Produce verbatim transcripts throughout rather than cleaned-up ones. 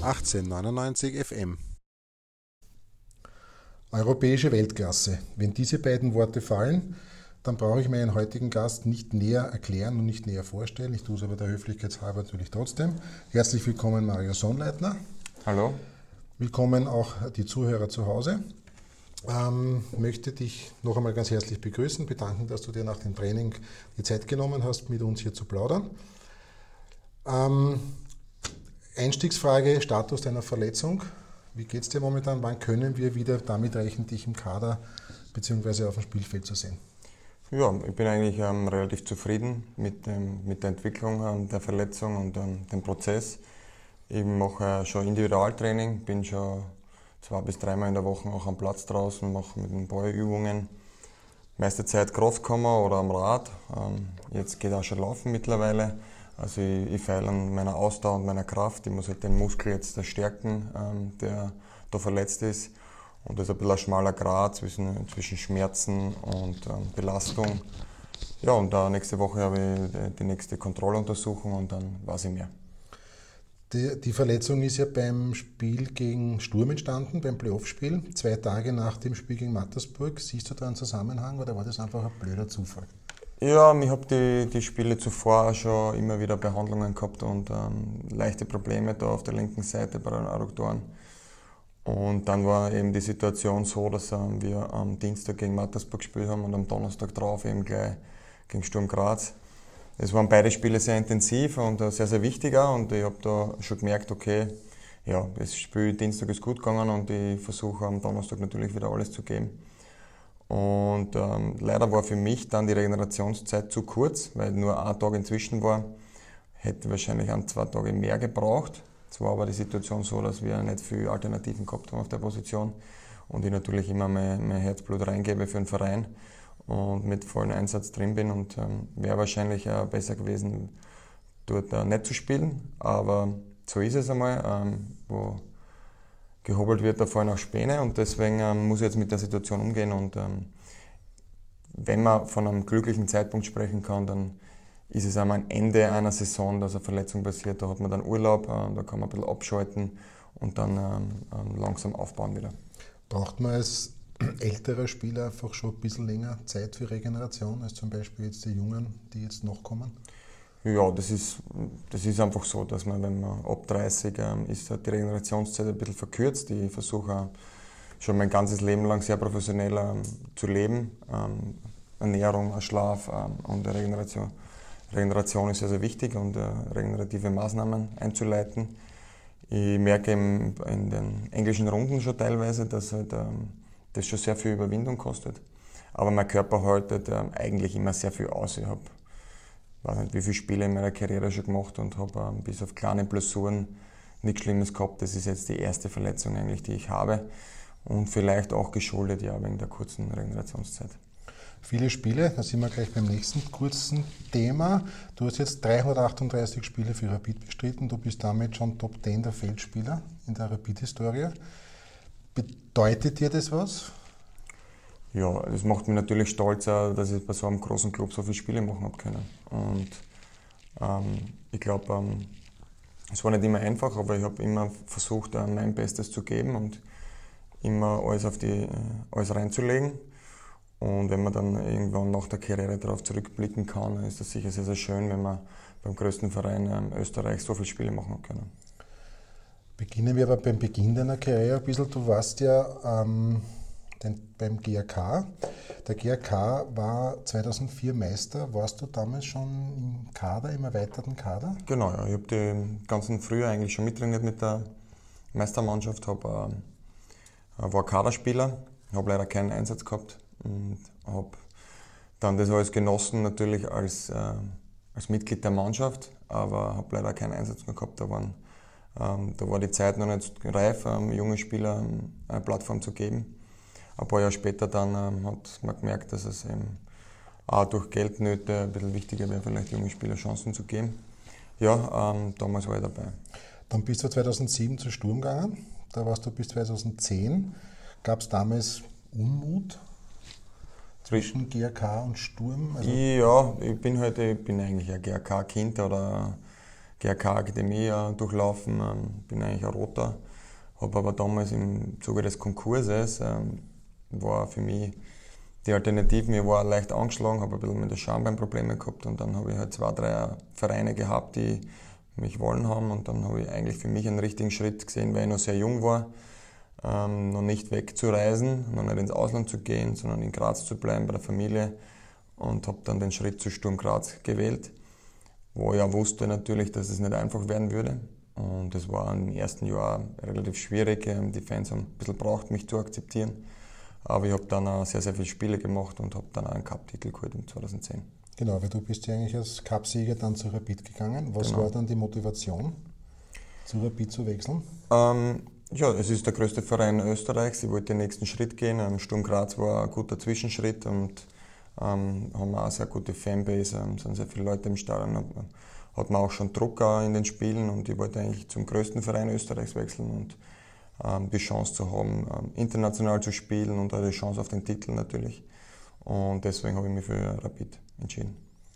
achtzehnhundertneunundneunzig F M. Europäische Weltklasse. Wenn diese beiden Worte fallen, dann brauche ich meinen heutigen Gast nicht näher erklären und nicht näher vorstellen. Ich tue es aber der Höflichkeitshalber natürlich trotzdem. Herzlich willkommen, Mario Sonnleitner. Hallo. Willkommen auch die Zuhörer zu Hause. Ähm, möchte dich noch einmal ganz herzlich begrüßen, bedanken, dass du dir nach dem Training die Zeit genommen hast, mit uns hier zu plaudern. Ähm, Einstiegsfrage, Status deiner Verletzung. Wie geht es dir momentan? Wann können wir wieder damit rechnen, dich im Kader bzw. auf dem Spielfeld zu sehen? Ja, ich bin eigentlich ähm, relativ zufrieden mit, ähm, mit der Entwicklung ähm, der Verletzung und ähm, dem Prozess. Ich mache äh, schon Individualtraining, bin schon zwei bis dreimal in der Woche auch am Platz draußen, mache mit den Ballübungen. Meiste Zeit Crosskammer oder am Rad. Ähm, jetzt geht auch schon Laufen mittlerweile. Also ich, ich feile an meiner Ausdauer und meiner Kraft. Ich muss halt den Muskel jetzt stärken, ähm, der da verletzt ist. Und das ist ein bisschen ein schmaler Grat zwischen, zwischen Schmerzen und ähm, Belastung. Ja, und da nächste Woche habe ich die, die nächste Kontrolluntersuchung und dann weiß ich mehr. Die, die Verletzung ist ja beim Spiel gegen Sturm entstanden, beim Playoff-Spiel, zwei Tage nach dem Spiel gegen Mattersburg. Siehst du da einen Zusammenhang oder war das einfach ein blöder Zufall? Ja, ich habe die, die Spiele zuvor schon immer wieder Behandlungen gehabt und ähm, leichte Probleme da auf der linken Seite bei den Adduktoren. Und dann war eben die Situation so, dass ähm, wir am Dienstag gegen Mattersburg gespielt haben und am Donnerstag drauf eben gleich gegen Sturm Graz. Es waren beide Spiele sehr intensiv und äh, sehr, sehr wichtig auch und ich habe da schon gemerkt, okay, ja, das Spiel Dienstag ist gut gegangen und ich versuche am Donnerstag natürlich wieder alles zu geben. Und ähm, leider war für mich dann die Regenerationszeit zu kurz, weil nur ein Tag inzwischen war. Hätte wahrscheinlich ein, zwei Tage mehr gebraucht. Es war aber die Situation so, dass wir nicht viele Alternativen gehabt haben auf der Position und ich natürlich immer mein, mein Herzblut reingebe für den Verein und mit vollem Einsatz drin bin und ähm, wäre wahrscheinlich auch besser gewesen, dort äh, nicht zu spielen. Aber so ist es einmal, ähm, wo gehobelt wird, da fallen auch Späne und deswegen ähm, muss ich jetzt mit der Situation umgehen und ähm, wenn man von einem glücklichen Zeitpunkt sprechen kann, dann ist es einmal ein Ende einer Saison, dass eine Verletzung passiert, da hat man dann Urlaub, äh, da kann man ein bisschen abschalten und dann ähm, langsam aufbauen wieder. Braucht man als älterer Spieler einfach schon ein bisschen länger Zeit für Regeneration als zum Beispiel jetzt die Jungen, die jetzt noch kommen? Ja, das ist, das ist einfach so, dass man, wenn man ab dreißig ähm, ist, hat die Regenerationszeit ein bisschen verkürzt. Ich versuche schon mein ganzes Leben lang sehr professionell ähm, zu leben. Ähm, Ernährung, Schlaf ähm, und Regeneration. Regeneration ist sehr, sehr wichtig und äh, regenerative Maßnahmen einzuleiten. Ich merke im, in den englischen Runden schon teilweise, dass halt, ähm, das schon sehr viel Überwindung kostet. Aber mein Körper haltet ähm, eigentlich immer sehr viel aus. Ich habe Ich weiß nicht, wie viele Spiele in meiner Karriere schon gemacht und habe ähm, bis auf kleine Blessuren nichts Schlimmes gehabt. Das ist jetzt die erste Verletzung eigentlich, die ich habe und vielleicht auch geschuldet ja wegen der kurzen Regenerationszeit. Viele Spiele, da sind wir gleich beim nächsten kurzen Thema. Du hast jetzt dreihundertachtunddreißig Spiele für Rapid bestritten. Du bist damit schon Top zehn der Feldspieler in der Rapid-Historie. Bedeutet dir das was? Ja, das macht mich natürlich stolz, dass ich bei so einem großen Club so viele Spiele machen habe können. Und ähm, ich glaube, ähm, es war nicht immer einfach, aber ich habe immer versucht, äh, mein Bestes zu geben und immer alles auf die, äh, alles reinzulegen. Und wenn man dann irgendwann nach der Karriere darauf zurückblicken kann, dann ist das sicher sehr, sehr schön, wenn man beim größten Verein ähm, Österreichs so viele Spiele machen hat können. Beginnen wir aber beim Beginn deiner Karriere ein bisschen. Du warst ja ähm Denn beim G A K. Der G A K war zweitausendvier Meister. Warst du damals schon im Kader, im erweiterten Kader? Genau, ja. Ich habe die ganzen Frühjahr eigentlich schon mittrainiert mit der Meistermannschaft. Hab, äh, war Kaderspieler, habe leider keinen Einsatz gehabt und habe dann das alles genossen, natürlich als, äh, als Mitglied der Mannschaft, aber habe leider keinen Einsatz mehr gehabt. Da, waren, ähm, da war die Zeit noch nicht reif, ähm, junge Spieler ähm, eine Plattform zu geben. Ein paar Jahre später dann ähm, hat man gemerkt, dass es eben auch durch Geldnöte ein bisschen wichtiger wäre, vielleicht junge Spieler Chancen zu geben. Ja, ähm, damals war ich dabei. Dann bist du zweitausendsieben zu Sturm gegangen, da warst du bis zweitausendzehn. Gab es damals Unmut zwischen G A K und Sturm? Also ja, ich bin halt, ich bin eigentlich ein G A K-Kind oder G R K-Akademie äh, durchlaufen, ähm, bin eigentlich ein Roter, habe aber damals im Zuge des Konkurses, ähm, war für mich die Alternative, mir war leicht angeschlagen, habe ein bisschen mit der Schambeinprobleme gehabt und dann habe ich halt zwei, drei Vereine gehabt, die mich wollen haben und dann habe ich eigentlich für mich einen richtigen Schritt gesehen, weil ich noch sehr jung war, ähm, noch nicht wegzureisen, noch nicht ins Ausland zu gehen, sondern in Graz zu bleiben bei der Familie und habe dann den Schritt zu Sturm Graz gewählt, wo ich auch wusste natürlich, dass es nicht einfach werden würde und es war im ersten Jahr relativ schwierig, die Fans haben ein bisschen gebraucht, mich zu akzeptieren. Aber ich habe dann auch sehr, sehr viele Spiele gemacht und habe dann auch einen Cup-Titel geholt im zweitausendzehn. Genau, weil du bist ja eigentlich als Cup-Sieger dann zu Rapid gegangen. Was Genau. war dann die Motivation, zu Rapid zu wechseln? Ähm, ja, es ist der größte Verein Österreichs. Ich wollte den nächsten Schritt gehen. Ähm, Sturm Graz war ein guter Zwischenschritt und ähm, haben auch eine sehr gute Fanbase. Es ähm, sind sehr viele Leute im Stadion. Hat man auch schon Druck in den Spielen und ich wollte eigentlich zum größten Verein Österreichs wechseln und die Chance zu haben, international zu spielen und auch die Chance auf den Titel natürlich. Und deswegen habe ich mich für Rapid entschieden.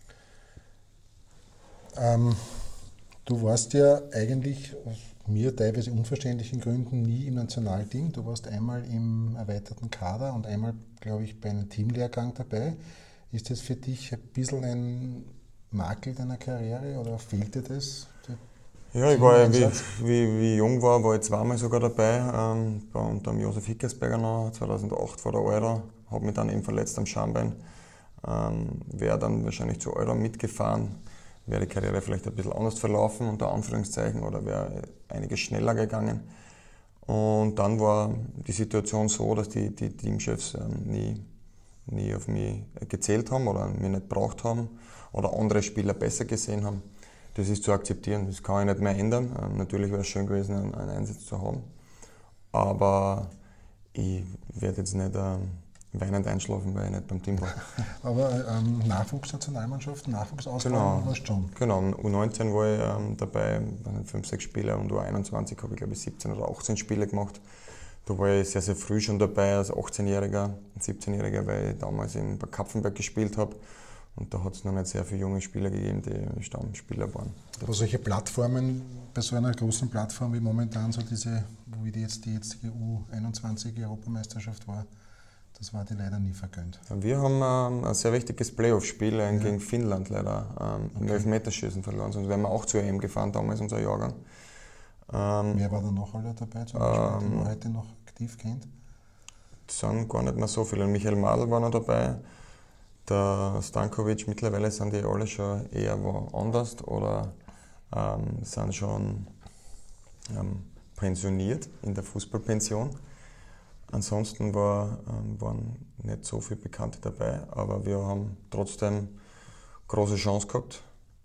Ähm, du warst ja eigentlich aus mir teilweise unverständlichen Gründen nie im Nationalteam. Du warst einmal im erweiterten Kader und einmal, glaube ich, bei einem Teamlehrgang dabei. Ist das für dich ein bisschen ein Makel deiner Karriere oder fehlt dir das? Ja, ich war ja, wie, wie, wie ich jung war, war ich zweimal sogar dabei, ähm, unter dem Josef Hickersberger noch, zweitausendacht vor der Euro, habe mich dann eben verletzt am Schambein, ähm, wäre dann wahrscheinlich zur Euro mitgefahren, wäre die Karriere vielleicht ein bisschen anders verlaufen, unter Anführungszeichen, oder wäre einiges schneller gegangen. Und dann war die Situation so, dass die, die Teamchefs ähm, nie, nie auf mich gezählt haben oder mich nicht gebraucht haben oder andere Spieler besser gesehen haben. Das ist zu akzeptieren, das kann ich nicht mehr ändern. Ähm, natürlich wäre es schön gewesen, einen, einen Einsatz zu haben. Aber ich werde jetzt nicht ähm, weinend einschlafen, weil ich nicht beim Team war. Aber ähm, Nachwuchsnationalmannschaft, Nachwuchsauswahl Genau, warst du schon? Genau, U neunzehn war ich ähm, dabei, fünf, sechs Spiele und U einundzwanzig habe ich glaube ich siebzehn oder achtzehn Spiele gemacht. Da war ich sehr, sehr früh schon dabei als achtzehnjähriger, siebzehnjähriger, weil ich damals in Bad Kapfenberg gespielt habe. Und da hat es noch nicht sehr viele junge Spieler gegeben, die Stammspieler waren. Aber solche Plattformen, bei so einer großen Plattform wie momentan so diese, wie die jetzt die jetzige U einundzwanzig-Europameisterschaft war, das war dir leider nie vergönnt. Wir haben ähm, ein sehr wichtiges Playoff-Spiel äh, Ja. gegen Finnland leider ähm, im Okay. Elfmeterschießen verloren. Sonst wären wir auch zur E M gefahren, damals unser Jahrgang. Ähm, Wer war da noch alle dabei, zum Beispiel, die ähm, man heute noch aktiv kennt? Das sind gar nicht mehr so viele. Michael Madl war noch dabei. Der Stankovic, mittlerweile sind die alle schon eher woanders oder ähm, sind schon ähm, pensioniert in der Fußballpension. Ansonsten war, ähm, waren nicht so viele Bekannte dabei, aber wir haben trotzdem große Chance gehabt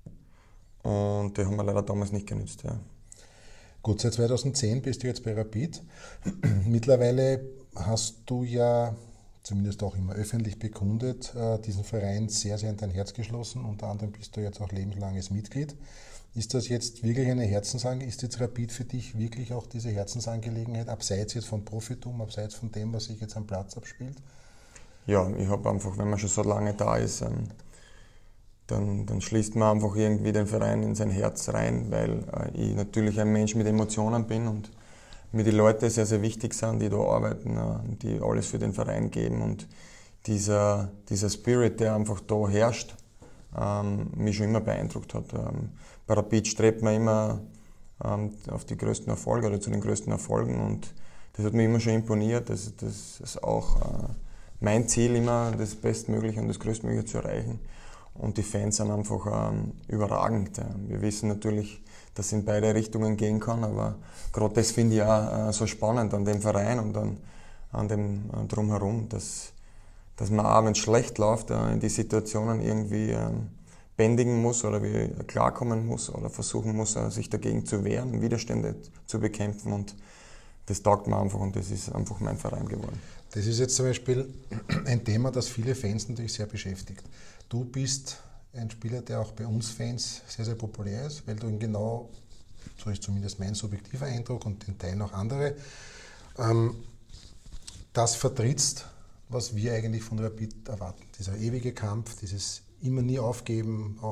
und die haben wir leider damals nicht genützt. Ja. Gut, seit zweitausendzehn bist du jetzt bei Rapid. Mittlerweile hast du ja, zumindest auch immer öffentlich bekundet, diesen Verein sehr, sehr in dein Herz geschlossen. Unter anderem bist du jetzt auch lebenslanges Mitglied. Ist das jetzt wirklich eine Herzensangelegenheit? Ist jetzt Rapid für dich wirklich auch diese Herzensangelegenheit, abseits jetzt von Profitum, abseits von dem, was sich jetzt am Platz abspielt? Ja, ich habe einfach, wenn man schon so lange da ist, ähm, dann, dann schließt man einfach irgendwie den Verein in sein Herz rein, weil äh, ich natürlich ein Mensch mit Emotionen bin und mir die Leute sehr, sehr wichtig sind, die da arbeiten, äh, die alles für den Verein geben und dieser, dieser Spirit, der einfach da herrscht, ähm, mich schon immer beeindruckt hat. Ähm, bei Rapid strebt man immer ähm, auf die größten Erfolge oder zu den größten Erfolgen und das hat mich immer schon imponiert. Das, das ist auch äh, mein Ziel, immer das Bestmögliche und das Größtmögliche zu erreichen. Und die Fans sind einfach ähm, überragend. Wir wissen natürlich, dass es in beide Richtungen gehen kann, aber gerade das finde ich auch äh, so spannend an dem Verein und an, an dem äh, Drumherum, dass, dass man auch, wenn es schlecht läuft, äh, in die Situationen irgendwie äh, bändigen muss oder wie klarkommen muss oder versuchen muss, äh, sich dagegen zu wehren, Widerstände zu bekämpfen und das taugt mir einfach und das ist einfach mein Verein geworden. Das ist jetzt zum Beispiel ein Thema, das viele Fans natürlich sehr beschäftigt. Du bist ein Spieler, der auch bei uns Fans sehr, sehr populär ist, weil du ihn genau, so ist zumindest mein subjektiver Eindruck und den teilen auch andere, ähm, das vertrittst, was wir eigentlich von Rapid erwarten. Dieser ewige Kampf, dieses immer nie aufgeben, auch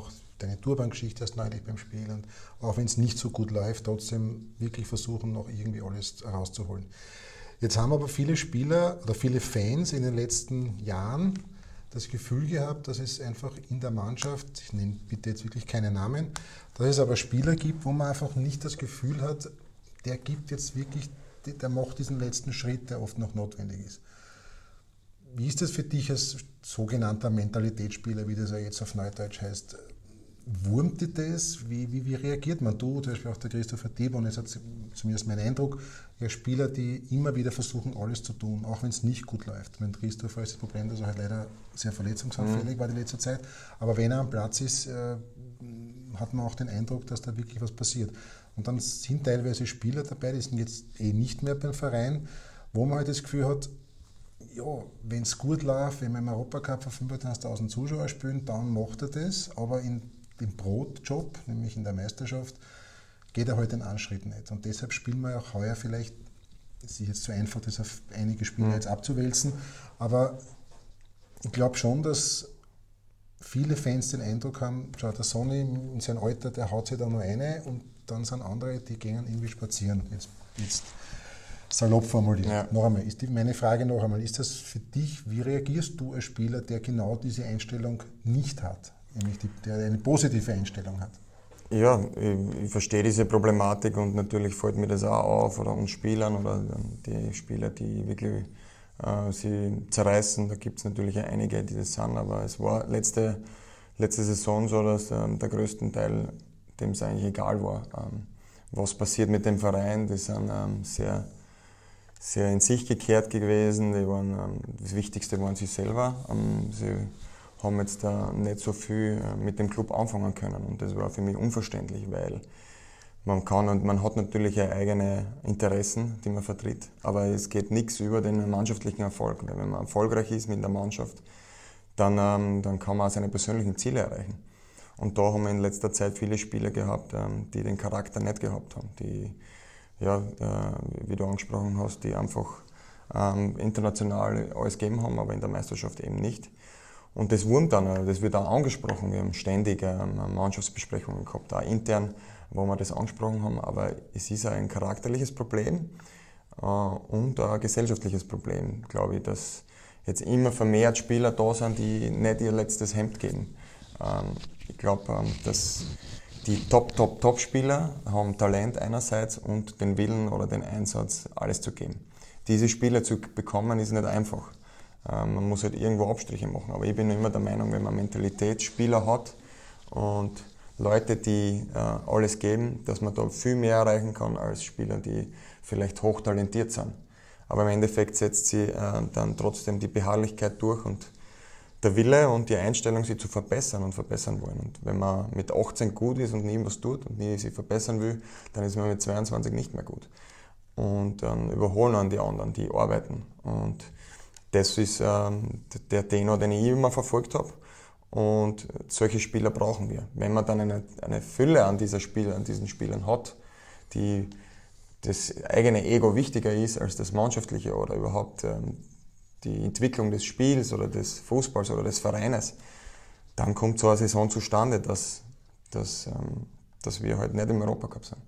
deine Turban-Geschichte hast neulich beim Spiel und auch wenn es nicht so gut läuft, trotzdem wirklich versuchen, noch irgendwie alles rauszuholen. Jetzt haben aber viele Spieler oder viele Fans in den letzten Jahren das Gefühl gehabt, dass es einfach in der Mannschaft, ich nenne bitte jetzt wirklich keine Namen, dass es aber Spieler gibt, wo man einfach nicht das Gefühl hat, der gibt jetzt wirklich, der macht diesen letzten Schritt, der oft noch notwendig ist. Wie ist das für dich als sogenannter Mentalitätsspieler, wie das ja jetzt auf Neudeutsch heißt? Wurmt dir das? Wie, wie, wie reagiert man? Du, zum Beispiel auch der Christopher Thiebaun, es hat zumindest mein Eindruck, ja, Spieler, die immer wieder versuchen, alles zu tun, auch wenn es nicht gut läuft. Mit Christopher ist das Problem, dass er halt leider sehr verletzungsanfällig mhm. war die letzte Zeit. Aber wenn er am Platz ist, äh, hat man auch den Eindruck, dass da wirklich was passiert. Und dann sind teilweise Spieler dabei, die sind jetzt eh nicht mehr beim Verein, wo man halt das Gefühl hat, ja, wenn es gut läuft, wenn wir im Europacup vor fünfundzwanzigtausend Zuschauer spielen, dann macht er das, aber in dem Brotjob, nämlich in der Meisterschaft, geht er halt den Anschritt nicht. Und deshalb spielen wir auch heuer vielleicht, es ist jetzt zu einfach, das auf einige Spieler mhm. jetzt abzuwälzen, aber ich glaube schon, dass viele Fans den Eindruck haben, schau, der Sonny in seinem Alter, der haut sich da nur eine und dann sind andere, die gehen irgendwie spazieren. Jetzt, jetzt salopp formuliert. Ja. Noch einmal, ist die, meine Frage noch einmal, ist das für dich, wie reagierst du als Spieler, der genau diese Einstellung nicht hat, nämlich die, der eine positive Einstellung hat? Ja, ich, ich verstehe diese Problematik und natürlich fällt mir das auch auf, oder uns Spielern oder die Spieler, die wirklich äh, sie zerreißen, da gibt es natürlich einige, die das sind, aber es war letzte, letzte Saison so, dass äh, der größte Teil, dem es eigentlich egal war, ähm, was passiert mit dem Verein, die sind ähm, sehr sehr in sich gekehrt gewesen. Die waren, das Wichtigste waren sie selber. Sie haben jetzt nicht so viel mit dem Club anfangen können und das war für mich unverständlich, weil man kann und man hat natürlich eigene Interessen, die man vertritt, aber es geht nichts über den mannschaftlichen Erfolg. Weil wenn man erfolgreich ist mit der Mannschaft, dann, dann kann man auch seine persönlichen Ziele erreichen. Und da haben wir in letzter Zeit viele Spieler gehabt, die den Charakter nicht gehabt haben, die ja, äh, wie du angesprochen hast, die einfach ähm, international alles gegeben haben, aber in der Meisterschaft eben nicht. Und das wurmt dann, das wird auch angesprochen. Wir haben ständig ähm, Mannschaftsbesprechungen gehabt, auch intern, wo wir das angesprochen haben. Aber es ist auch ein charakterliches Problem äh, und ein gesellschaftliches Problem, glaube ich, dass jetzt immer vermehrt Spieler da sind, die nicht ihr letztes Hemd geben. Ähm, ich glaube, ähm, dass die Top, Top, Top-Spieler haben Talent einerseits und den Willen oder den Einsatz, alles zu geben. Diese Spieler zu bekommen, ist nicht einfach. Ähm, man muss halt irgendwo Abstriche machen. Aber ich bin immer der Meinung, wenn man Mentalitätsspieler hat und Leute, die äh, alles geben, dass man da viel mehr erreichen kann als Spieler, die vielleicht hochtalentiert sind. Aber im Endeffekt setzt sie äh, dann trotzdem die Beharrlichkeit durch und der Wille und die Einstellung, sie zu verbessern und verbessern wollen. Und wenn man mit achtzehn gut ist und nie was tut und nie sich verbessern will, dann ist man mit zweiundzwanzig nicht mehr gut. Und dann überholen an die anderen, die arbeiten. Und das ist ähm, der Tenor, den ich immer verfolgt habe. Und solche Spieler brauchen wir. Wenn man dann eine, eine Fülle an, dieser Spieler, an diesen Spielern hat, die das eigene Ego wichtiger ist als das Mannschaftliche oder überhaupt ähm, die Entwicklung des Spiels oder des Fußballs oder des Vereines, dann kommt so eine Saison zustande, dass, dass, ähm, dass wir halt nicht im Europacup sind.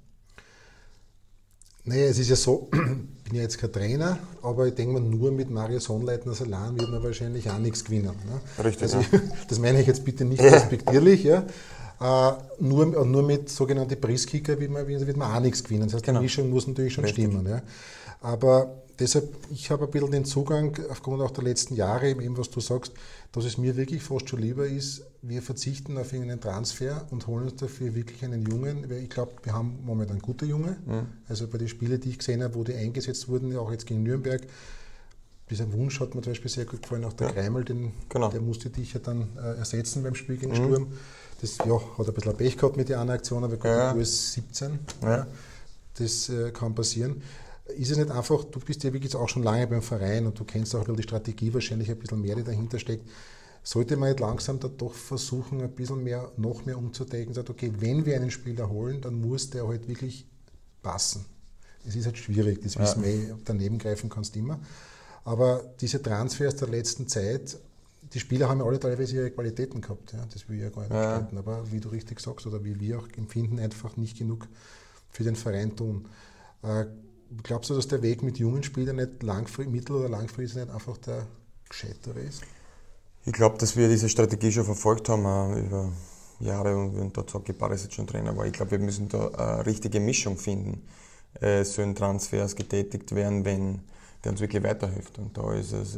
Naja, es ist ja so, ich bin ja jetzt kein Trainer, aber ich denke mal, nur mit Mario Sonnleitner allein wird man wahrscheinlich auch nichts gewinnen. Ne? Richtig. Also ja. ich, das meine ich jetzt bitte nicht respektierlich. Ja. Äh, nur, nur mit sogenannten Priskicker wird man, wird man auch nichts gewinnen. Das heißt, genau. Die Mischung muss natürlich schon Richtig. Stimmen. Ja. Aber deshalb, ich habe ein bisschen den Zugang, aufgrund auch der letzten Jahre, eben was du sagst, dass es mir wirklich fast schon lieber ist, wir verzichten auf irgendeinen Transfer und holen uns dafür wirklich einen Jungen, weil ich glaube, wir haben momentan gute Junge. Mhm. Also bei den Spielen, die ich gesehen habe, wo die eingesetzt wurden, auch jetzt gegen Nürnberg, dieser Wunsch hat mir zum Beispiel sehr gut gefallen, auch der ja. Kreimel, den, genau. der musste dich ja dann äh, ersetzen beim Spiel gegen mhm. Sturm. Das ja, hat ein bisschen Pech gehabt mit der anderen Aktion, aber ja. du bist siebzehn. Ja. Das äh, kann passieren. Ist es nicht einfach, du bist ja wirklich auch schon lange beim Verein und du kennst auch ein bisschen die Strategie wahrscheinlich ein bisschen mehr, die dahinter steckt. Sollte man nicht langsam da doch versuchen, ein bisschen mehr, noch mehr umzudenken und sagen, okay, wenn wir einen Spieler holen, dann muss der halt wirklich passen. Es ist halt schwierig, das wissen wir, ja. daneben greifen kannst du immer. Aber diese Transfers der letzten Zeit, die Spieler haben ja alle teilweise ihre Qualitäten gehabt, ja, das will ich ja gar nicht ja. bestreiten, aber wie du richtig sagst oder wie wir auch empfinden, einfach nicht genug für den Verein tun. Äh, glaubst du, dass der Weg mit jungen Spielern nicht langfristig, mittel- oder langfristig nicht einfach der gescheitere ist? Ich glaube, dass wir diese Strategie schon verfolgt haben äh, über Jahre und wenn der Zocki Barisic schon Trainer war. Ich glaube, wir müssen da eine richtige Mischung finden. Äh, es sollen Transfers getätigt werden, wenn der uns wirklich weiterhilft. Und da ist es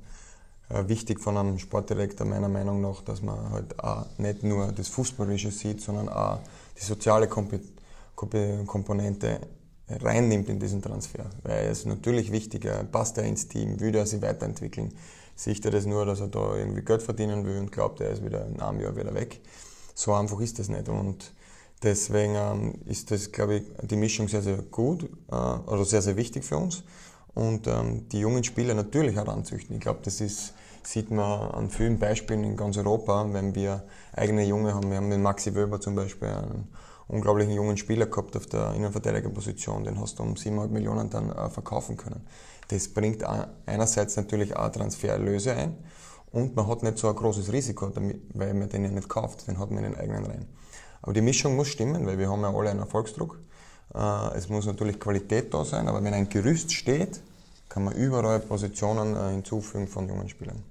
äh, wichtig von einem Sportdirektor meiner Meinung nach, dass man halt auch nicht nur das Fußballerische sieht, sondern auch die soziale Komp Komp Komponente reinnimmt in diesen Transfer. Weil es natürlich wichtiger, passt er ins Team, will er sich weiterentwickeln. Sieht er das nur, dass er da irgendwie Geld verdienen will und glaubt, er ist wieder in einem Jahr wieder weg. So einfach ist das nicht. Und deswegen ähm, ist das, glaube ich, die Mischung sehr, sehr gut, äh, oder sehr, sehr wichtig für uns. Und ähm, die jungen Spieler natürlich heranzüchten. Ich glaube, das ist, sieht man an vielen Beispielen in ganz Europa, wenn wir eigene Junge haben. Wir haben mit Maxi Wöber zum Beispiel einen unglaublichen jungen Spieler gehabt auf der Innenverteidigerposition. Den hast du um siebeneinhalb Millionen dann äh, verkaufen können. Das bringt einerseits natürlich auch Transfererlöse ein und man hat nicht so ein großes Risiko, damit, weil man den ja nicht kauft, den hat man in den eigenen Reihen. Aber die Mischung muss stimmen, weil wir haben ja alle einen Erfolgsdruck. Äh, es muss natürlich Qualität da sein, aber wenn ein Gerüst steht, kann man überall Positionen äh, hinzufügen von jungen Spielern.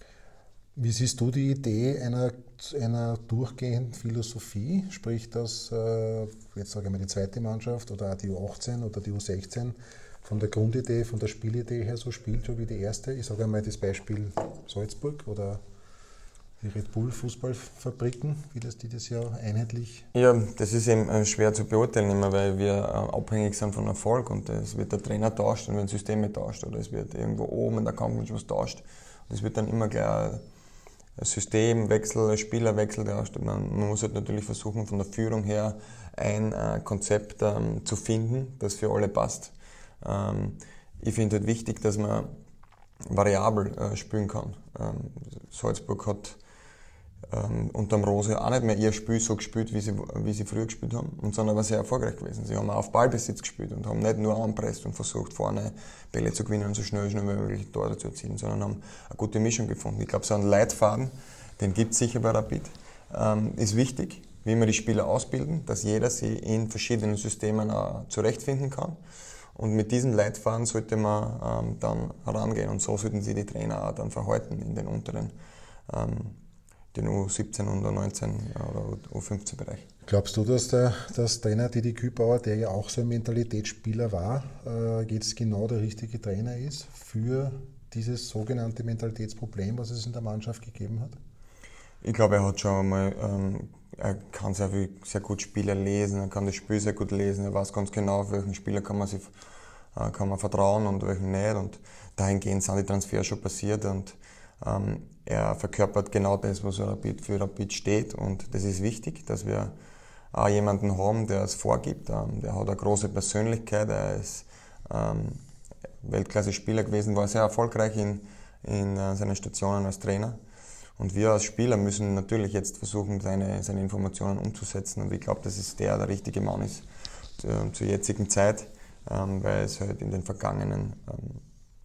Wie siehst du die Idee einer, einer durchgehenden Philosophie, sprich, dass äh, jetzt sage ich mal die zweite Mannschaft oder auch die U achtzehn oder die U sechzehn von der Grundidee, von der Spielidee her so spielt, so wie die erste? Ich sage einmal das Beispiel Salzburg oder die Red Bull Fußballfabriken, wie das die das Jahr einheitlich... Ja, das ist eben schwer zu beurteilen, immer, weil wir abhängig sind von Erfolg und es wird der Trainer tauscht und werden Systeme tauscht oder es wird irgendwo oben in der Kampfmann was tauscht. Und es wird dann immer gleich ein Systemwechsel, ein Spielerwechsel tauscht. Man, man muss halt natürlich versuchen, von der Führung her ein äh, Konzept ähm, zu finden, das für alle passt. Ähm, ich finde halt wichtig, dass man variabel äh, spielen kann. Ähm, Salzburg hat ähm, unterm Rose auch nicht mehr ihr Spiel so gespielt, wie sie, wie sie früher gespielt haben, und sind aber sehr erfolgreich gewesen. Sie haben auch auf Ballbesitz gespielt und haben nicht nur angepresst und versucht, vorne Bälle zu gewinnen und so schnell, schnell wie möglich Tore zu erzielen, sondern haben eine gute Mischung gefunden. Ich glaube, so einen Leitfaden, den gibt es sicher bei Rapid, ähm, ist wichtig, wie wir die Spieler ausbilden, dass jeder sie in verschiedenen Systemen auch zurechtfinden kann. Und mit diesem Leitfaden sollte man ähm, dann herangehen und so sollten sie die Trainer auch dann verhalten in den unteren, ähm, den U siebzehn und U neunzehn oder U fünfzehn Bereich. Glaubst du, dass der dass Trainer Didi Kübauer, der ja auch so ein Mentalitätsspieler war, äh, jetzt genau der richtige Trainer ist für dieses sogenannte Mentalitätsproblem, was es in der Mannschaft gegeben hat? Ich glaube, er hat schon einmal, ähm, er kann sehr, viel, sehr gut Spieler lesen, er kann das Spiel sehr gut lesen, er weiß ganz genau, auf welchen Spieler kann man sich äh, kann man vertrauen und welchen nicht. Und dahingehend sind die Transfers schon passiert und ähm, er verkörpert genau das, was Rapid für Rapid steht, und das ist wichtig, dass wir auch jemanden haben, der es vorgibt. Ähm, der hat eine große Persönlichkeit, er ist ähm, Weltklasse-Spieler gewesen, war sehr erfolgreich in, in äh, seinen Stationen als Trainer. Und wir als Spieler müssen natürlich jetzt versuchen, seine, seine Informationen umzusetzen. Und ich glaube, dass es der der richtige Mann ist zu, zur jetzigen Zeit, ähm, weil es halt in den vergangenen ähm,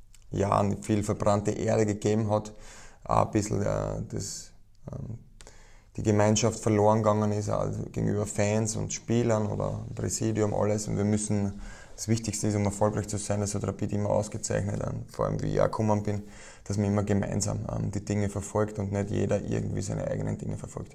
Jahren viel verbrannte Erde gegeben hat, auch ein bisschen äh, das, ähm, die Gemeinschaft verloren gegangen ist, also gegenüber Fans und Spielern oder Präsidium, alles. Und wir müssen, das Wichtigste ist, um erfolgreich zu sein, das hat Rapid immer ausgezeichnet, vor allem wie ich auch gekommen bin, dass man immer gemeinsam ähm, die Dinge verfolgt und nicht jeder irgendwie seine eigenen Dinge verfolgt.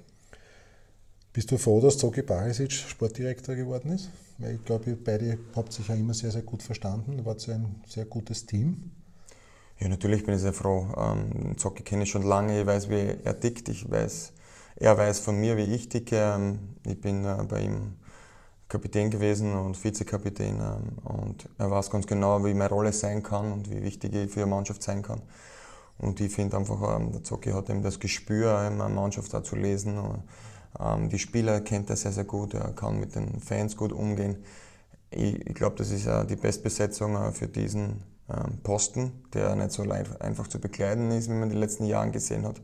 Bist du froh, dass Zocki Barisic Sportdirektor geworden ist? Weil ich glaube, ihr beide habt sich ja immer sehr, sehr gut verstanden. Ihr wart so ein sehr gutes Team. Ja, natürlich bin ich sehr froh. Ähm, Zocki kenne ich schon lange, ich weiß, wie er tickt. Ich weiß, er weiß von mir, wie ich ticke. Ähm, ich bin äh, bei ihm Kapitän gewesen und Vizekapitän, ähm, und er weiß ganz genau, wie meine Rolle sein kann und wie wichtig ich für eine Mannschaft sein kann. Und ich finde einfach, ähm, der Zocki hat eben das Gespür, eine Mannschaft auch zu lesen. Ähm, die Spieler kennt er sehr, sehr gut, er kann mit den Fans gut umgehen. Ich, ich glaube, das ist äh, die Bestbesetzung äh, für diesen ähm, Posten, der nicht so leicht, einfach zu bekleiden ist, wie man in den letzten Jahren gesehen hat.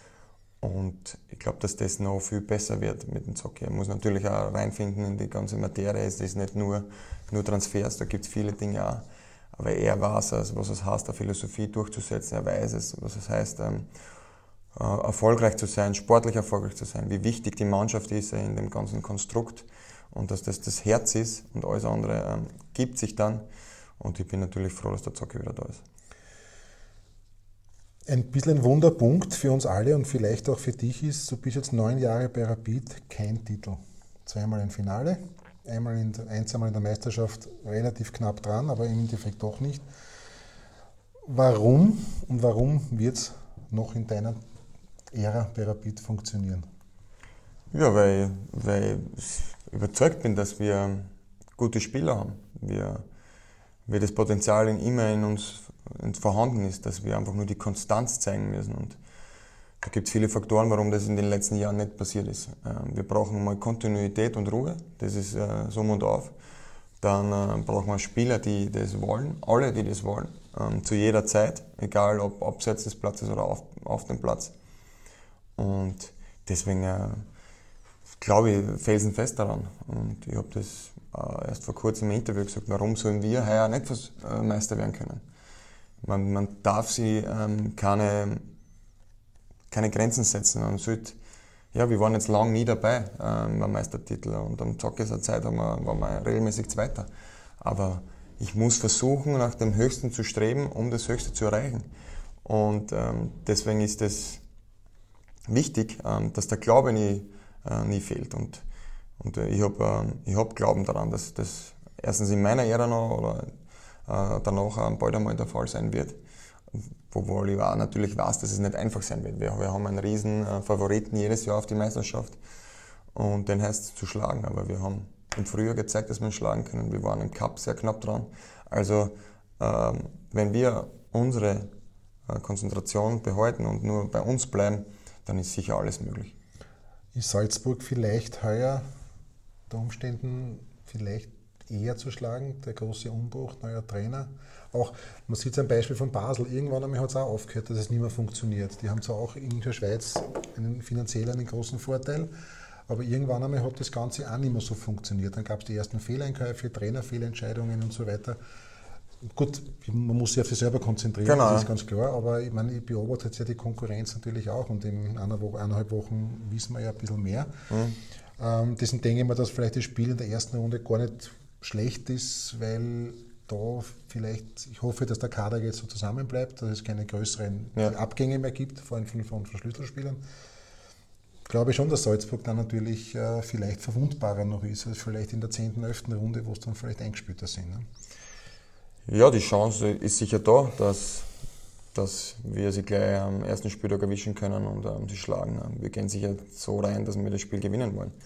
Und ich glaube, dass das noch viel besser wird mit dem Zocki. Er muss natürlich auch reinfinden in die ganze Materie. Es ist nicht nur, nur Transfers, da gibt es viele Dinge auch. Aber er weiß es, was es heißt, eine Philosophie durchzusetzen. Er weiß es, was es heißt, ähm, äh, erfolgreich zu sein, sportlich erfolgreich zu sein, wie wichtig die Mannschaft ist in dem ganzen Konstrukt und dass das das Herz ist und alles andere ähm, gibt sich dann. Und ich bin natürlich froh, dass der Zocki wieder da ist. Ein bisschen ein Wunderpunkt für uns alle und vielleicht auch für dich ist, du bist jetzt neun Jahre bei Rapid, kein Titel. Zweimal im Finale, einmal in, eins einmal in der Meisterschaft relativ knapp dran, aber im Endeffekt doch nicht. Warum und warum wird es noch in deiner Ära bei Rapid funktionieren? Ja, weil, weil ich überzeugt bin, dass wir gute Spieler haben. Wir, wir das Potenzial in immer in uns vorhanden ist, dass wir einfach nur die Konstanz zeigen müssen. Und da gibt es viele Faktoren, warum das in den letzten Jahren nicht passiert ist. Wir brauchen mal Kontinuität und Ruhe, das ist äh, so und auf. Dann äh, brauchen wir Spieler, die das wollen, alle, die das wollen, ähm, zu jeder Zeit, egal ob abseits des Platzes oder auf, auf dem Platz. Und deswegen äh, glaube ich felsenfest daran. Und ich habe das äh, erst vor kurzem im Interview gesagt, warum sollen wir heuer nicht fürs, äh, Meister werden können? Man, man darf sich ähm, keine, keine Grenzen setzen. Man sollte, ja, wir waren jetzt lange nie dabei ähm, beim Meistertitel und am Zockeser Zeit haben wir, waren wir regelmäßig Zweiter. Aber ich muss versuchen, nach dem Höchsten zu streben, um das Höchste zu erreichen. Und ähm, deswegen ist es wichtig, ähm, dass der Glaube nie, äh, nie fehlt. Und, und äh, ich habe äh, ich hab Glauben daran, dass das erstens in meiner Ära noch oder äh, danach äh, bald einmal der Fall sein wird. Obwohl ich auch natürlich weiß, dass es nicht einfach sein wird. Wir, wir haben einen riesen äh, Favoriten jedes Jahr auf die Meisterschaft und den heißt es zu schlagen. Aber wir haben im Frühjahr gezeigt, dass wir ihn schlagen können. Wir waren im Cup sehr knapp dran. Also ähm, wenn wir unsere äh, Konzentration behalten und nur bei uns bleiben, dann ist sicher alles möglich. Ist Salzburg vielleicht heuer der Umständen vielleicht eher zu schlagen, der große Umbruch, neuer Trainer? Auch, man sieht ein Beispiel von Basel, irgendwann einmal hat es auch aufgehört, dass es nicht mehr funktioniert. Die haben zwar auch in der Schweiz einen, finanziell einen großen Vorteil, aber irgendwann einmal hat das Ganze auch nicht mehr so funktioniert. Dann gab es die ersten Fehleinkäufe, Trainerfehlentscheidungen und so weiter. Gut, man muss sich auf sich selber konzentrieren, genau. Das ist ganz klar, aber ich meine, ich beobachte jetzt ja die Konkurrenz natürlich auch und in einer Woche, eineinhalb Wochen wissen wir ja ein bisschen mehr. Mhm. Ähm, deswegen denke ich mir, dass vielleicht das Spiel in der ersten Runde gar nicht schlecht ist, weil da vielleicht, ich hoffe, dass der Kader jetzt so zusammenbleibt, dass es keine größeren ja. Abgänge mehr gibt, vor allem von, von, von Schlüsselspielern. Ich glaube schon, dass Salzburg dann natürlich äh, vielleicht verwundbarer noch ist, als vielleicht in der zehnten, elften Runde, wo es dann vielleicht eingespielter sind. Ne? Ja, die Chance ist sicher da, dass, dass wir sie gleich am ersten Spieltag erwischen können und ähm, sie schlagen. Wir gehen sicher so rein, dass wir das Spiel gewinnen wollen.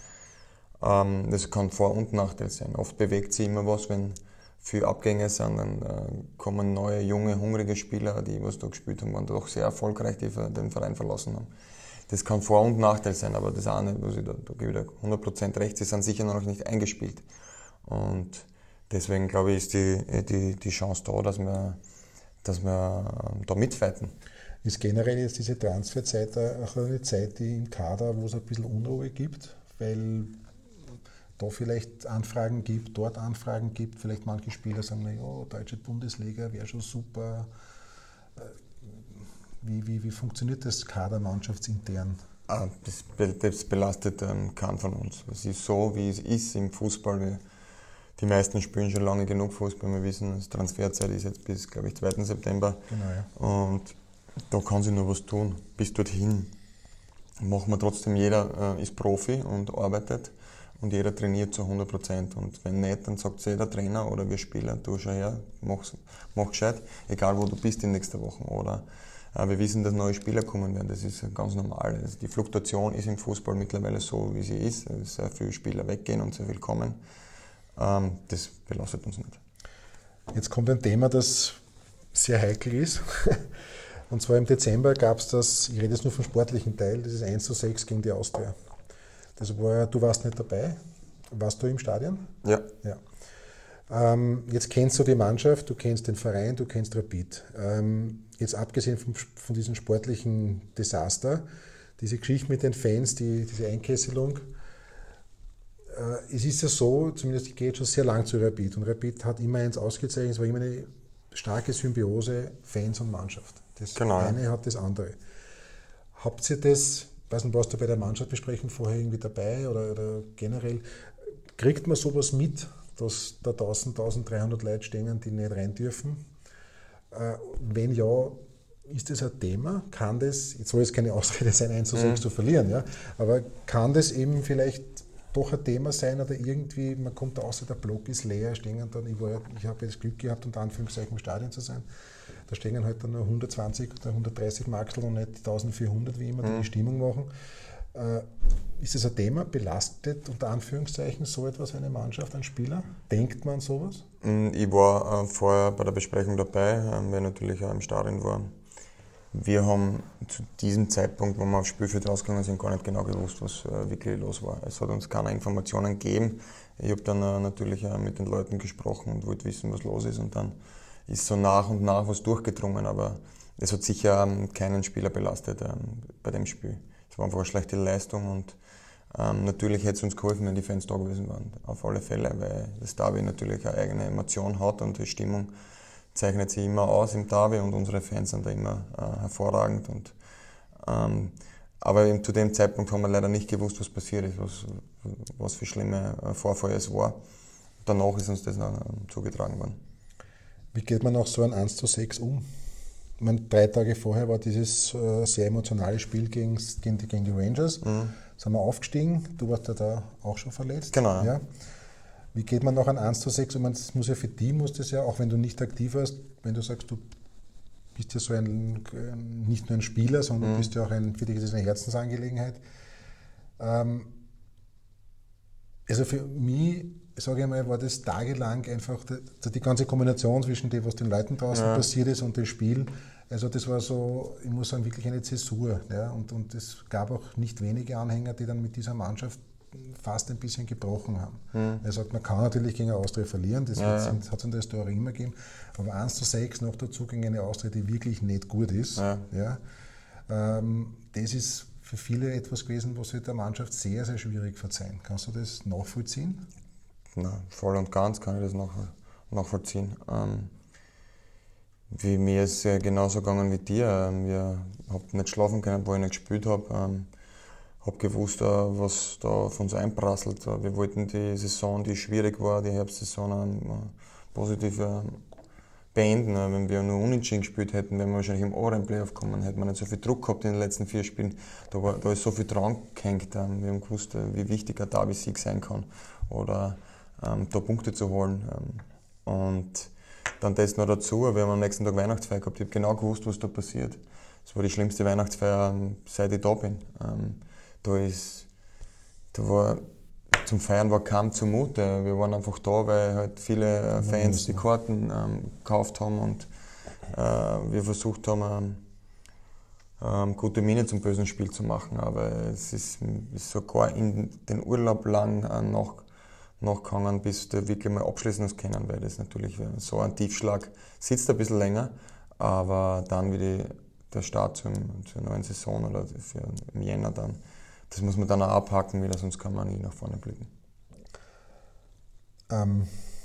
Ähm, das kann Vor- und Nachteil sein. Oft bewegt sich immer was, wenn viele Abgänge sind, dann äh, kommen neue, junge, hungrige Spieler, die was da gespielt haben, waren doch sehr erfolgreich, die den Verein verlassen haben. Das kann Vor- und Nachteil sein, aber das eine, was ich da, da gebe ich da hundert Prozent recht, sie sind sicher noch nicht eingespielt. Und deswegen glaube ich, ist die, die, die Chance da, dass wir, dass wir da mitfighten. Ist generell jetzt diese Transferzeit auch eine Zeit, die im Kader, wo es ein bisschen Unruhe gibt, weil da vielleicht Anfragen gibt, dort Anfragen gibt, vielleicht manche Spieler sagen, na ja, deutsche Bundesliga wäre schon super. Wie, wie, wie funktioniert das Kader mannschaftsintern? Ah, das, das belastet ähm, keinen von uns. Es ist so, wie es ist im Fußball. Wir, die meisten spielen schon lange genug Fußball. Wir wissen, die Transferzeit ist jetzt bis, glaube ich, zweiten September. Genau, ja. Und da kann sich nur was tun. Bis dorthin machen wir trotzdem, jeder äh, ist Profi und arbeitet. Und jeder trainiert zu hundert Prozent. Und wenn nicht, dann sagt sich der Trainer oder wir Spieler, du schau her, mach, mach gescheit, egal wo du bist in nächster Woche. Oder äh, wir wissen, dass neue Spieler kommen werden, das ist ganz normal. Also die Fluktuation ist im Fußball mittlerweile so, wie sie ist. Sehr viele Spieler weggehen und sehr viel kommen. Ähm, das belastet uns nicht. Jetzt kommt ein Thema, das sehr heikel ist. Und zwar im Dezember gab es das, ich rede jetzt nur vom sportlichen Teil, das ist eins zu sechs gegen die Austria. Das war, du warst nicht dabei. Warst du im Stadion? Ja. ja. Ähm, jetzt kennst du die Mannschaft, du kennst den Verein, du kennst Rapid. Ähm, jetzt abgesehen vom, von diesem sportlichen Desaster, diese Geschichte mit den Fans, die, diese Einkesselung, äh, es ist ja so, zumindest ich gehe jetzt schon sehr lang zu Rapid und Rapid hat immer eins ausgezeichnet, es war immer eine starke Symbiose Fans und Mannschaft. Das genau. eine hat das andere. Habt ihr das, ich weiß nicht, warst du bei der Mannschaftsbesprechung vorher irgendwie dabei oder, oder generell, kriegt man sowas mit, dass da tausend, dreizehnhundert Leute stehen, die nicht rein dürfen? Äh, wenn ja, ist das ein Thema? Kann das, jetzt soll es keine Ausrede sein, eins zu sechs mhm. zu verlieren, ja? Aber kann das eben vielleicht doch ein Thema sein oder irgendwie, man kommt außer der Block ist leer, stehen dann, ich, war, ich habe das Glück gehabt, unter Anführungszeichen im Stadion zu sein, da stehen halt dann nur hundertzwanzig oder hundertdreißig Maxel und nicht eintausendvierhundert, wie immer, die mhm. die Stimmung machen. Äh, ist das ein Thema? Belastet unter Anführungszeichen so etwas eine Mannschaft, ein Spieler? Denkt man an sowas? Ich war äh, vorher bei der Besprechung dabei, äh, weil natürlich auch im Stadion war. Wir haben zu diesem Zeitpunkt, wo wir aufs Spielfeld rausgegangen sind, gar nicht genau gewusst, was äh, wirklich los war. Es hat uns keine Informationen gegeben. Ich habe dann äh, natürlich äh, mit den Leuten gesprochen und wollte wissen, was los ist. Und dann ist so nach und nach was durchgedrungen. Aber es hat sicher ähm, keinen Spieler belastet ähm, bei dem Spiel. Es war einfach eine schlechte Leistung. Und ähm, natürlich hätte es uns geholfen, wenn die Fans da gewesen wären. Auf alle Fälle, weil das Derby natürlich eine eigene Emotion hat und die Stimmung zeichnet sich immer aus im Derby und unsere Fans sind da immer äh, hervorragend. Und, ähm, aber eben zu dem Zeitpunkt haben wir leider nicht gewusst, was passiert ist, was, was für schlimme äh, Vorfälle es war. Danach ist uns das dann äh, zugetragen worden. Wie geht man nach so einem eins zu sechs um? Ich meine, drei Tage vorher war dieses äh, sehr emotionale Spiel gegen, gegen, die, gegen die Rangers. Mhm. Sind wir aufgestiegen, du warst ja da auch schon verletzt. Genau. Ja. Wie geht man nach einem eins zu sechs? Ich meine, das muss ja für die, muss das ja, auch wenn du nicht aktiv warst, wenn du sagst, du bist ja so ein, nicht nur ein Spieler, sondern mhm. du bist ja auch ein, für dich ist das eine Herzensangelegenheit. Ähm, also für mich, sage ich mal, war das tagelang einfach die, die ganze Kombination zwischen dem, was den Leuten draußen ja. passiert ist und dem Spiel. Also das war so, ich muss sagen, wirklich eine Zäsur. Ja? Und, und es gab auch nicht wenige Anhänger, die dann mit dieser Mannschaft fast ein bisschen gebrochen haben. Mhm. Er sagt, man kann natürlich gegen eine Austria verlieren, das ja, hat es in der Historie immer gegeben, aber eins zu sechs noch dazu gegen eine Austria, die wirklich nicht gut ist, ja. Ja, ähm, das ist für viele etwas gewesen, was sich der Mannschaft sehr, sehr schwierig verzeihen. Kannst du das nachvollziehen? Na, voll und ganz kann ich das nach, nachvollziehen. Ähm, wie mir ist es genauso gegangen wie dir. Ich habe nicht schlafen können, wo ich nicht gespielt habe. Ähm, habe gewusst, was da auf uns einprasselt. Wir wollten die Saison, die schwierig war, die Herbstsaison, positiv beenden. Wenn wir nur unentschieden gespielt hätten, wären wir wahrscheinlich im Ohren-Playoff gekommen, hätten wir nicht so viel Druck gehabt in den letzten vier Spielen. Da, war, da ist so viel dran gehängt. Wir haben gewusst, wie wichtig ein Derby-Sieg sein kann oder ähm, da Punkte zu holen. Und dann das noch dazu, wir haben am nächsten Tag Weihnachtsfeier gehabt. Ich habe genau gewusst, was da passiert. Das war die schlimmste Weihnachtsfeier, seit ich da bin. Da ist, da war, zum Feiern war kaum zumute. Wir waren einfach da, weil halt viele Fans die Karten ähm, gekauft haben und äh, wir versucht haben, ähm, gute Miene zum bösen Spiel zu machen. Aber es ist, ist sogar in den Urlaub lang äh, nach, nachgegangen, bis wir wirklich mal abschließen das können, weil das natürlich so ein Tiefschlag sitzt ein bisschen länger. Aber dann wie die, der Start zum, zur neuen Saison oder für im Jänner dann, das muss man dann auch abhaken wieder, sonst kann man nie nach vorne blicken. Ähm,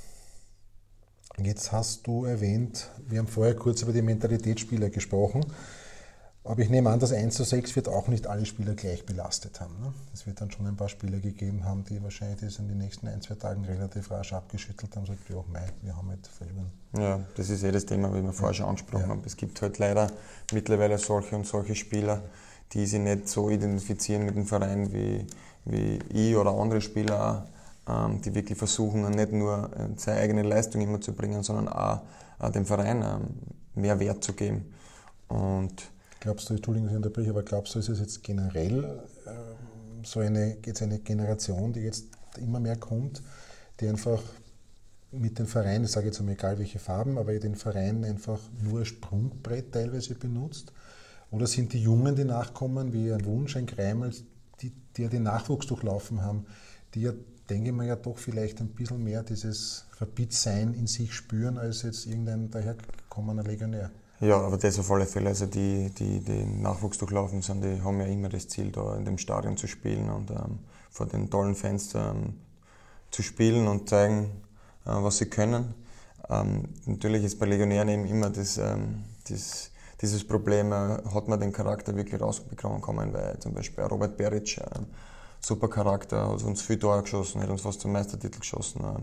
jetzt hast du erwähnt, wir haben vorher kurz über die Mentalitätsspieler gesprochen, aber ich nehme an, dass eins zu sechs wird auch nicht alle Spieler gleich belastet haben. Ne? Es wird dann schon ein paar Spieler gegeben haben, die wahrscheinlich das in den nächsten ein, zwei Tagen relativ rasch abgeschüttelt haben und gesagt, ja, mei, wir haben halt verloren. Ja, das ist eh das Thema, wie wir vorher schon angesprochen ja. haben. Es gibt halt leider mittlerweile solche und solche Spieler, die sich nicht so identifizieren mit dem Verein wie, wie ich oder andere Spieler auch, ähm, die wirklich versuchen, nicht nur seine eigene Leistung immer zu bringen, sondern auch, auch dem Verein ähm, mehr Wert zu geben. Und glaubst du, Entschuldigung, ich unterbreche, aber glaubst du, ist es jetzt generell ähm, so eine, jetzt eine Generation, die jetzt immer mehr kommt, die einfach mit den Vereinen, ich sage jetzt einmal egal welche Farben, aber den Verein einfach nur ein Sprungbrett teilweise benutzt? Oder sind die Jungen, die nachkommen, wie ein Wunsch, ein Greimel, die, die ja den Nachwuchs durchlaufen haben, die ja, denke ich mal, ja doch vielleicht ein bisschen mehr dieses Verbittsein in sich spüren, als jetzt irgendein dahergekommener Legionär? Ja, aber das auf alle Fälle. Also die, die, die Nachwuchs durchlaufen sind, die haben ja immer das Ziel, da in dem Stadion zu spielen und ähm, vor den tollen Fans ähm, zu spielen und zeigen, äh, was sie können. Ähm, natürlich ist bei Legionären eben immer das, ähm, das dieses Problem, äh, hat man den Charakter wirklich rausbekommen, weil zum Beispiel Robert Beric, äh, super Charakter, hat uns viel Tore geschossen, hat uns fast zum Meistertitel geschossen. Äh,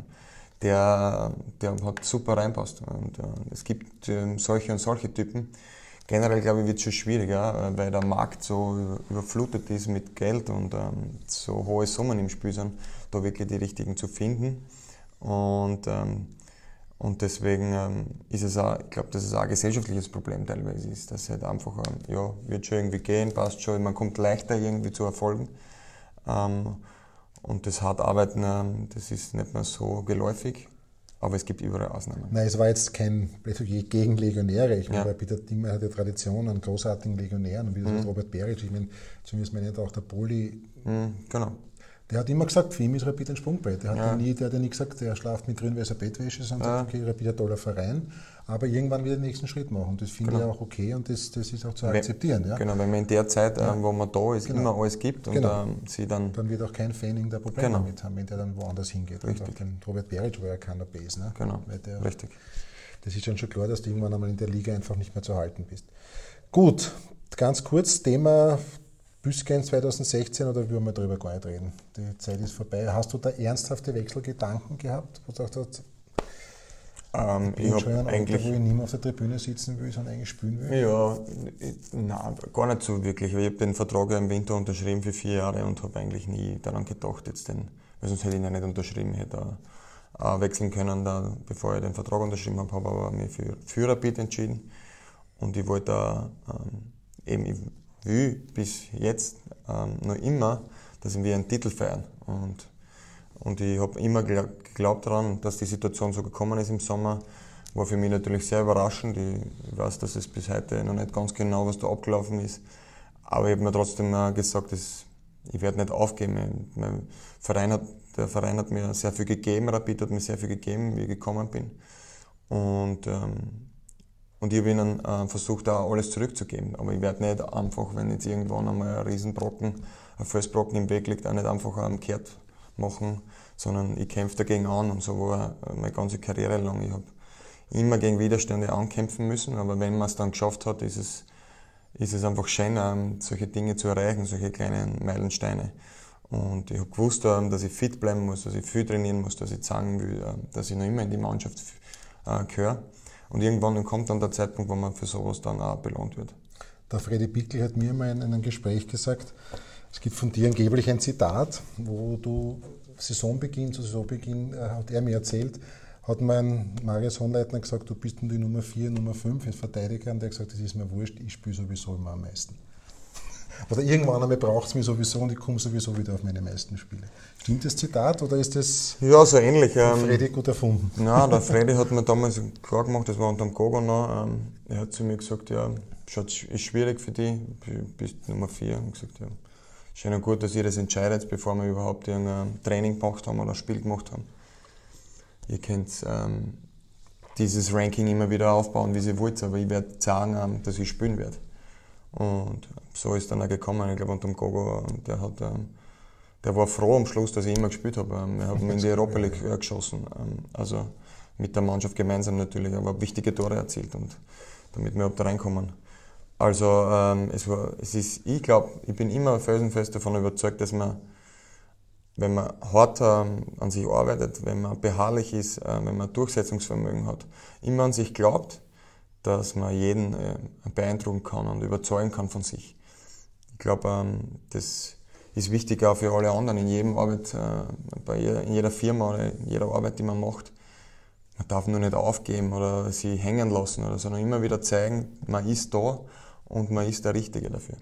der, der hat super reinpasst. Und äh, es gibt äh, solche und solche Typen. Generell glaube ich, wird es schon schwieriger, weil der Markt so überflutet ist mit Geld und ähm, so hohe Summen im Spiel sind, da wirklich die richtigen zu finden. Und, ähm, und deswegen ähm, ist es auch, ich glaube, dass es auch ein gesellschaftliches Problem teilweise ist, dass es halt einfach, ähm, ja, wird schon irgendwie gehen, passt schon, man kommt leichter irgendwie zu Erfolgen. Ähm, und das hart Arbeiten, ähm, das ist nicht mehr so geläufig. Aber es gibt überall Ausnahmen. Nein, es war jetzt kein Plädoyer gegen Legionäre. Ich meine, Ja. Peter Dimmer hat ja Tradition an großartigen Legionären. Und wie das mhm. Robert Beric, ich meine, zumindest meine ich auch der Poli. Mhm, genau. Der hat immer gesagt, für ihn ist Rapid ein Sprungbrett. Der hat, Ja. nie, der hat ja nie gesagt, der schlaft mit grün-weißer Bettwäsche, sondern Ja. sagt, okay, Rapid ein toller Verein, aber irgendwann wieder den nächsten Schritt machen. Das finde Genau. ich auch okay und das, das ist auch zu Wenn, akzeptieren. Ja? Genau, wenn man in der Zeit, Ja. ähm, wo man da ist, Genau. immer alles gibt und Genau. ähm, sie dann... Dann wird auch kein Fan irgendein Problem Genau. damit haben, wenn der dann woanders hingeht. Richtig. Und auch den Robert Beric war ja keiner Base. Ne? Genau, Weil der, richtig. Das ist dann schon klar, dass du irgendwann einmal in der Liga einfach nicht mehr zu halten bist. Gut, ganz kurz, Thema Büskens zwanzig sechzehn, oder wollen wir darüber gar nicht reden? Die Zeit ist vorbei. Hast du da ernsthafte Wechselgedanken gehabt? Wo du gesagt hast, Ähm, ich bin ich schon ein habe Alter, eigentlich... wo ich nicht mehr auf der Tribüne sitzen will, sondern eigentlich spielen will? Ja, ich, nein, gar nicht so wirklich. Ich habe den Vertrag ja im Winter unterschrieben für vier Jahre und habe eigentlich nie daran gedacht, jetzt den, weil sonst hätte ich ihn ja nicht unterschrieben, hätte auch wechseln können, da, bevor ich den Vertrag unterschrieben habe, habe aber mich für, für Rapid entschieden. Und ich wollte auch, ähm, eben, ich will bis jetzt ähm, noch immer, dass wir einen Titel feiern. Und, und ich habe immer geglaubt daran, dass die Situation so gekommen ist im Sommer. War für mich natürlich sehr überraschend. Ich weiß, dass es bis heute noch nicht ganz genau, was da abgelaufen ist. Aber ich habe mir trotzdem gesagt, dass ich werde nicht aufgeben. Mein Verein hat, der Verein hat mir sehr viel gegeben, Rapid hat mir sehr viel gegeben, wie ich gekommen bin. Und, ähm, und ich habe ihnen äh, versucht, auch alles zurückzugeben. Aber ich werde nicht einfach, wenn jetzt irgendwann einmal ein Riesenbrocken, ein Felsbrocken im Weg liegt, auch nicht einfach einen kehrt machen, sondern ich kämpfe dagegen an. Und so war meine ganze Karriere lang. Ich habe immer gegen Widerstände ankämpfen müssen, aber wenn man es dann geschafft hat, ist es, ist es einfach schön, ähm, solche Dinge zu erreichen, solche kleinen Meilensteine. Und ich habe gewusst, ähm, dass ich fit bleiben muss, dass ich viel trainieren muss, dass ich zeigen will, äh, dass ich noch immer in die Mannschaft äh, gehöre. Und irgendwann kommt dann der Zeitpunkt, wo man für sowas dann auch belohnt wird. Der Freddy Bickel hat mir mal in einem Gespräch gesagt, es gibt von dir angeblich ein Zitat, wo du Saisonbeginn zu Saisonbeginn, äh, hat er mir erzählt, hat mein Marius Hohenleitner gesagt, du bist nur die Nummer vier, Nummer fünf als Verteidiger, und der hat gesagt, das ist mir wurscht, ich spiele sowieso immer am meisten. Oder irgendwann einmal braucht es mich sowieso und ich komme sowieso wieder auf meine meisten Spiele. Stimmt das Zitat oder ist das ja, so ähnlich? Ähm, Freddy gut erfunden? Nein, der Freddy hat mir damals klar gemacht, das war unter dem Gogo noch, ähm, er hat zu mir gesagt, ja, schaut, ist schwierig für dich, du bist Nummer vier. Und gesagt, ja, schön und gut, dass ihr das entscheidet, bevor wir überhaupt irgendein Training gemacht haben oder ein Spiel gemacht haben. Ihr könnt ähm, dieses Ranking immer wieder aufbauen, wie ihr wollt, aber ich werde sagen, ähm, dass ich spielen werde. Und so ist dann auch gekommen. Ich glaube, unter dem Gogo, der, hat, ähm, der war froh am Schluss, dass ich immer gespielt habe. Ähm, er hat mich in die Europa League äh, geschossen. Ähm, also mit der Mannschaft gemeinsam natürlich, aber wichtige Tore erzielt, und damit wir überhaupt da reinkommen. Also ähm, es war, es ist, ich glaube, ich bin immer felsenfest davon überzeugt, dass man, wenn man hart ähm, an sich arbeitet, wenn man beharrlich ist, äh, wenn man Durchsetzungsvermögen hat, immer an sich glaubt, dass man jeden äh, beeindrucken kann und überzeugen kann von sich. Ich glaube, ähm, das ist wichtig auch für alle anderen in jedem Arbeit, äh, bei jeder, in jeder Firma oder in jeder Arbeit, die man macht. Man darf nur nicht aufgeben oder sie hängen lassen, oder, sondern immer wieder zeigen, man ist da und man ist der Richtige dafür.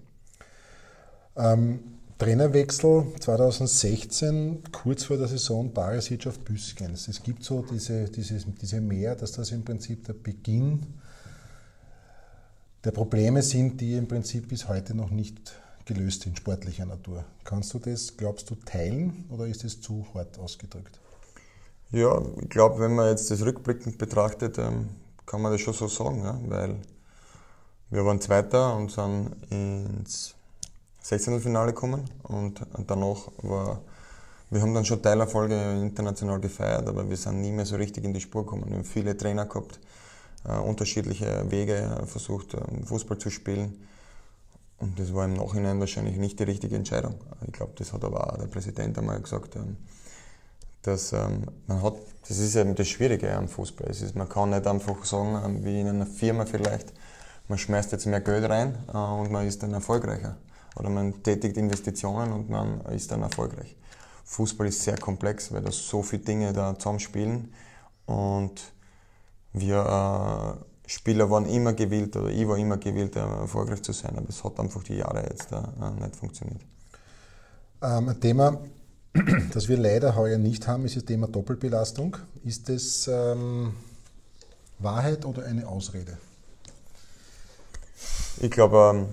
Ähm, Trainerwechsel zwanzig sechzehn, kurz vor der Saison, Barisic auf Büskens. Es gibt so diese, diese, diese Mehr, dass das im Prinzip der Beginn der Probleme sind, die im Prinzip bis heute noch nicht gelöst sind, sportlicher Natur. Kannst du das, glaubst du, teilen oder ist es zu hart ausgedrückt? Ja, ich glaube, wenn man jetzt das rückblickend betrachtet, ähm, kann man das schon so sagen, ja? Weil wir waren Zweiter und sind ins Sechzehntelfinale gekommen, und danach war, wir haben dann schon Teilerfolge international gefeiert, aber wir sind nie mehr so richtig in die Spur gekommen. Wir haben viele Trainer gehabt, äh, unterschiedliche Wege äh, versucht, äh, Fußball zu spielen. Und das war im Nachhinein wahrscheinlich nicht die richtige Entscheidung. Ich glaube, das hat aber auch der Präsident einmal gesagt, ähm, dass ähm, man hat, das ist eben das Schwierige am Fußball. Es ist, man kann nicht einfach sagen, ähm, wie in einer Firma vielleicht, man schmeißt jetzt mehr Geld rein äh, und man ist dann erfolgreicher. Oder man tätigt Investitionen und man ist dann erfolgreich. Fußball ist sehr komplex, weil da so viele Dinge da zusammenspielen. Und wir äh, Spieler waren immer gewillt, oder ich war immer gewillt, äh, erfolgreich zu sein. Aber es hat einfach die Jahre jetzt äh, nicht funktioniert. Ähm, ein Thema, das wir leider heuer nicht haben, ist das Thema Doppelbelastung. Ist das ähm, Wahrheit oder eine Ausrede? Ich glaube, ähm,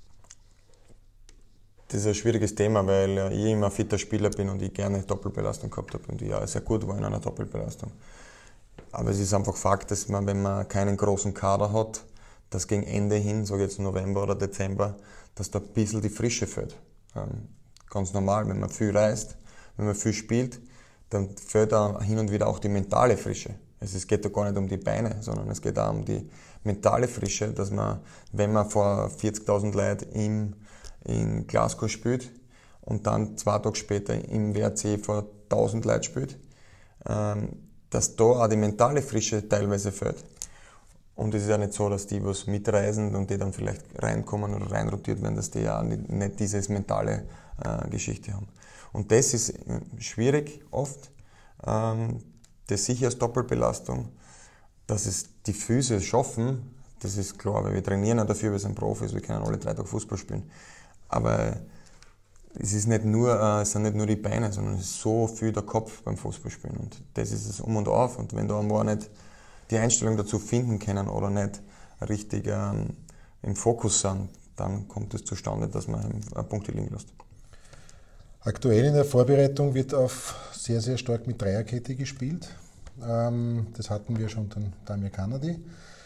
das ist ein schwieriges Thema, weil äh, ich immer ein fitter Spieler bin und ich gerne Doppelbelastung gehabt habe und ich auch sehr gut war in einer Doppelbelastung. Aber es ist einfach Fakt, dass man, wenn man keinen großen Kader hat, dass gegen Ende hin, sage ich jetzt November oder Dezember, dass da ein bisschen die Frische fehlt. Ähm, ganz normal, wenn man viel reist, wenn man viel spielt, dann fehlt da hin und wieder auch die mentale Frische. Also es geht da gar nicht um die Beine, sondern es geht auch um die mentale Frische, dass man, wenn man vor vierzigtausend Leuten im, in Glasgow spielt und dann zwei Tage später im W R C vor tausend Leuten spielt, ähm, dass da auch die mentale Frische teilweise fehlt. Und es ist ja nicht so, dass die, was mitreisen und die dann vielleicht reinkommen oder reinrotiert werden, dass die ja nicht, nicht diese mentale äh, Geschichte haben. Und das ist schwierig oft. Ähm, das sicher als Doppelbelastung, dass es die Füße schaffen, das ist klar, weil wir trainieren auch dafür, wir sind Profis, wir können alle drei Tage Fußball spielen. Aber es ist nicht nur, äh, es sind nicht nur die Beine, sondern es ist so viel der Kopf beim Fußballspielen. Und das ist es um und auf. Und wenn da einmal nicht die Einstellung dazu finden können oder nicht richtig ähm, im Fokus sind, dann kommt es zustande, dass man Punkte liegen lässt. Aktuell in der Vorbereitung wird auf sehr, sehr stark mit Dreierkette gespielt. Ähm, das hatten wir schon dann Damir Kanadi.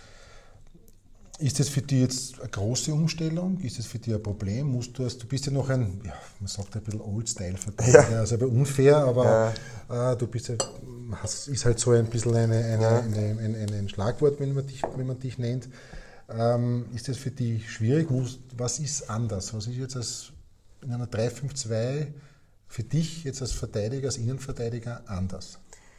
Ist das für dich jetzt eine große Umstellung? Ist das für dich ein Problem? Musst du, du bist ja noch ein, ja, man sagt ein bisschen Old-Style-Verteidiger, ja. Also aber unfair, aber ja. äh, du bist ja, hast, ist halt so ein bisschen eine, eine, ja. eine, eine, eine, ein Schlagwort, wenn man dich, wenn man dich nennt. Ähm, ist das für dich schwierig? Was ist anders? Was ist jetzt als in einer drei fünf zwei für dich jetzt als Verteidiger, als Innenverteidiger anders?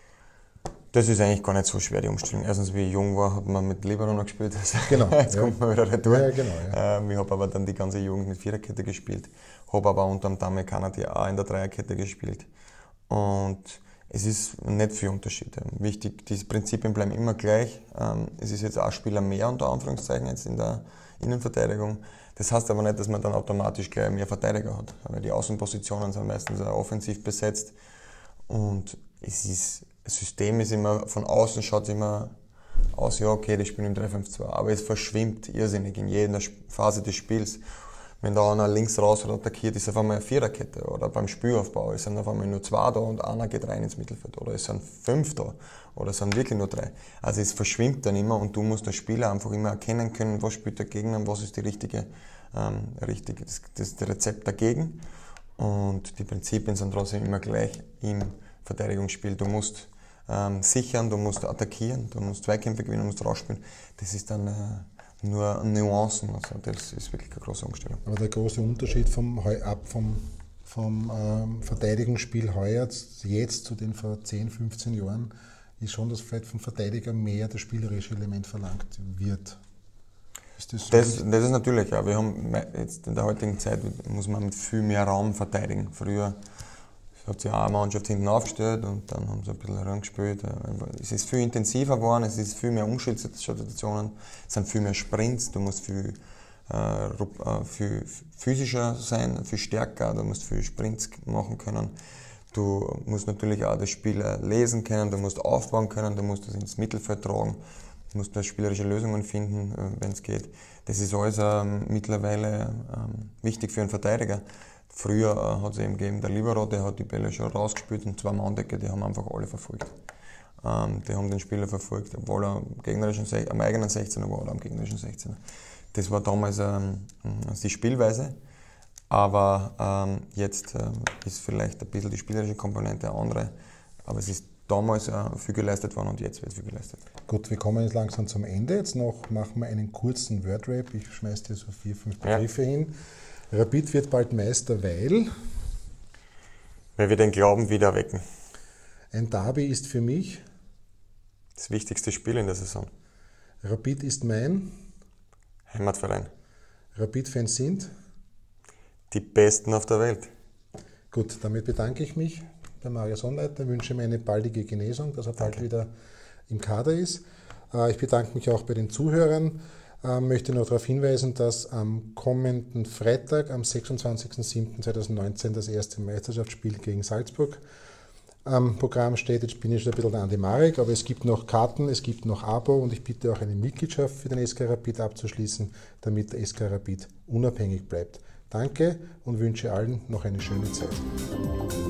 Das ist eigentlich gar nicht so schwer, die Umstellung. Erstens, wie ich jung war, hat man mit Libero noch gespielt. Also genau. Jetzt ja. kommt man wieder retour. Ja, genau, ja. ähm, ich habe aber dann die ganze Jugend mit Viererkette gespielt. Habe aber unter dem Damir Kanadi auch in der Dreierkette gespielt. Und es ist nicht viel Unterschied. Wichtig, die Prinzipien bleiben immer gleich. Ähm, es ist jetzt ein Spieler mehr unter Anführungszeichen jetzt in der Innenverteidigung. Das heißt aber nicht, dass man dann automatisch gleich mehr Verteidiger hat. Weil die Außenpositionen sind meistens offensiv besetzt. Und es ist, das System ist immer, von außen schaut es immer aus, ja okay, die spielen im drei fünf zwei. Aber es verschwimmt irrsinnig in jeder Phase des Spiels. Wenn da einer links raus attackiert, ist auf einmal eine Viererkette. Oder beim Spielaufbau, es sind auf einmal nur zwei da und einer geht rein ins Mittelfeld. Oder es sind fünf da. Oder es sind wirklich nur drei. Also es verschwimmt dann immer und du musst als Spieler einfach immer erkennen können, was spielt der Gegner und was ist die richtige, ähm, richtige, das, das, das Rezept dagegen. Und die Prinzipien sind trotzdem immer gleich im Verteidigungsspiel. Du musst ähm, sichern, du musst attackieren, du musst Zweikämpfe gewinnen, du musst rausspielen. Das ist dann äh, nur Nuancen. Also das ist wirklich eine große Umstellung. Aber der große Unterschied vom, ab vom, vom ähm, Verteidigungsspiel heuer jetzt zu den vor zehn, fünfzehn Jahren ist schon, dass vielleicht vom Verteidiger mehr das spielerische Element verlangt wird. Ist das, so das, das ist natürlich, ja. Wir haben jetzt in der heutigen Zeit muss man mit viel mehr Raum verteidigen. Früher hat sich auch eine Mannschaft hinten aufgestellt und dann haben sie ein bisschen herangespielt. Es ist viel intensiver geworden, es ist viel mehr Umschaltsituationen, es sind viel mehr Sprints, du musst viel, äh, viel physischer sein, viel stärker, du musst viel Sprints machen können. Du musst natürlich auch das Spiel lesen können, du musst aufbauen können, du musst das ins Mittelfeld tragen, du musst da spielerische Lösungen finden, wenn es geht. Das ist alles ähm, mittlerweile ähm, wichtig für einen Verteidiger. Früher äh, hat es eben gegeben, der Libero, der hat die Bälle schon rausgespielt und zwei Manndecke, die haben einfach alle verfolgt. Ähm, die haben den Spieler verfolgt, obwohl er am, gegnerischen, am eigenen sechzehner war oder am gegnerischen sechzehner. Das war damals ähm, die Spielweise. Aber ähm, jetzt ähm, ist vielleicht ein bisschen die spielerische Komponente eine andere, aber es ist damals auch viel geleistet worden und jetzt wird viel geleistet. Gut, wir kommen jetzt langsam zum Ende. Jetzt noch machen wir einen kurzen Wordrap. Ich schmeiße dir so vier, fünf Begriffe ja. hin. Rapid wird bald Meister, weil? Weil wir den Glauben wieder wecken. Ein Derby ist für mich? Das wichtigste Spiel in der Saison. Rapid ist mein? Heimatverein. Rapid-Fans sind? Die Besten auf der Welt. Gut, damit bedanke ich mich bei Mario Sonnleitner, wünsche mir eine baldige Genesung, dass er bald Danke. wieder im Kader ist. Ich bedanke mich auch bei den Zuhörern. Ich möchte noch darauf hinweisen, dass am kommenden Freitag, am sechsundzwanzigsten siebten zweitausendneunzehn, das erste Meisterschaftsspiel gegen Salzburg am Programm steht. Jetzt bin ich schon ein bisschen der Andi Marek, aber es gibt noch Karten, es gibt noch Abo und ich bitte auch eine Mitgliedschaft für den S K Rapid abzuschließen, damit der S K Rapid unabhängig bleibt. Danke und wünsche allen noch eine schöne Zeit.